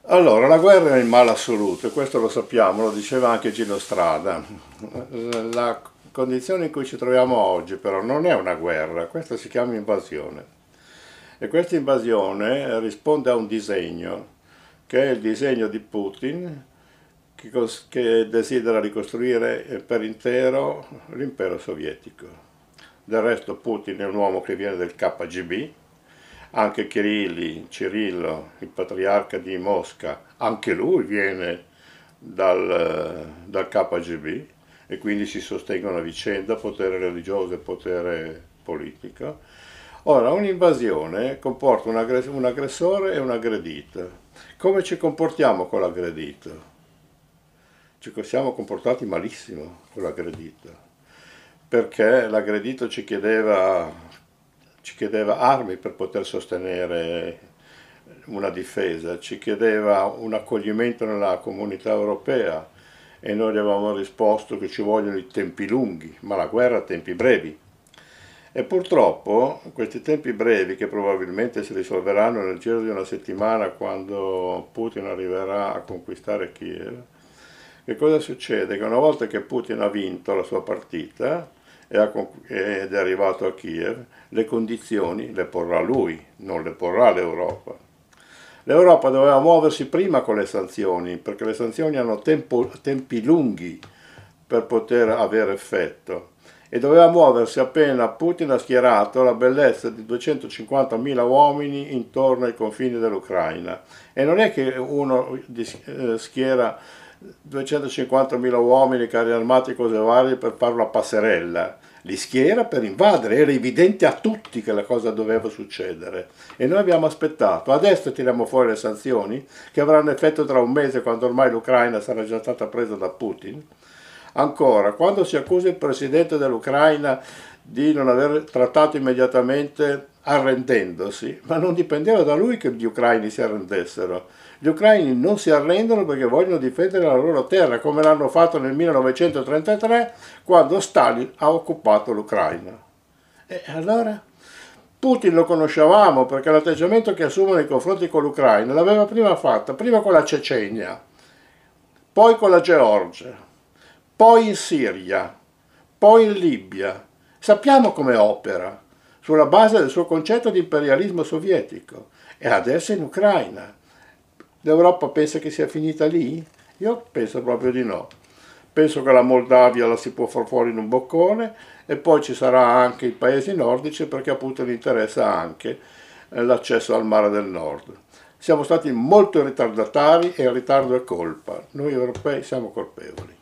Allora, la guerra è il male assoluto, e questo lo sappiamo, lo diceva anche Gino Strada. La condizione in cui ci troviamo oggi però non è una guerra, questa si chiama invasione. E questa invasione risponde a un disegno, che è il disegno di Putin, che desidera ricostruire per intero l'impero sovietico. Del resto Putin è un uomo che viene del KGB, anche Cirillo, il patriarca di Mosca, anche lui viene dal KGB e quindi si sostengono a vicenda potere religioso e potere politico. Ora, un'invasione comporta un aggressore e un aggredito. Come ci comportiamo con l'aggredito? Ci siamo comportati malissimo con l'aggredito, perché l'aggredito ci chiedeva armi per poter sostenere una difesa, ci chiedeva un accoglimento nella comunità europea e noi gli avevamo risposto che ci vogliono i tempi lunghi, ma la guerra ha tempi brevi. E purtroppo questi tempi brevi, che probabilmente si risolveranno nel giro di una settimana quando Putin arriverà a conquistare Kiev, che cosa succede? Che una volta che Putin ha vinto la sua partita ed è arrivato a Kiev, le condizioni le porrà lui, non le porrà l'Europa. L'Europa doveva muoversi prima con le sanzioni, perché le sanzioni hanno tempi lunghi per poter avere effetto, e doveva muoversi appena Putin ha schierato la bellezza di 250.000 uomini intorno ai confini dell'Ucraina. E non è che uno schiera 250.000 uomini, carri armati e cose varie per fare una passerella, li schiera per invadere, era evidente a tutti che la cosa doveva succedere e noi abbiamo aspettato. Adesso tiriamo fuori le sanzioni che avranno effetto tra un mese, quando ormai l'Ucraina sarà già stata presa da Putin. Ancora, quando si accusa il presidente dell'Ucraina di non aver trattato immediatamente arrendendosi, ma non dipendeva da lui che gli ucraini si arrendessero. Gli ucraini non si arrendono perché vogliono difendere la loro terra, come l'hanno fatto nel 1933, quando Stalin ha occupato l'Ucraina. E allora? Putin lo conoscevamo perché l'atteggiamento che assume nei confronti con l'Ucraina l'aveva prima fatta, prima con la Cecenia, poi con la Georgia, poi in Siria, poi in Libia. Sappiamo come opera, sulla base del suo concetto di imperialismo sovietico, e adesso in Ucraina. L'Europa pensa che sia finita lì? Io penso proprio di no. Penso che la Moldavia la si può far fuori in un boccone e poi ci sarà anche i paesi nordici, perché appunto gli interessa anche l'accesso al mare del nord. Siamo stati molto ritardatari e il ritardo è colpa. Noi europei siamo colpevoli.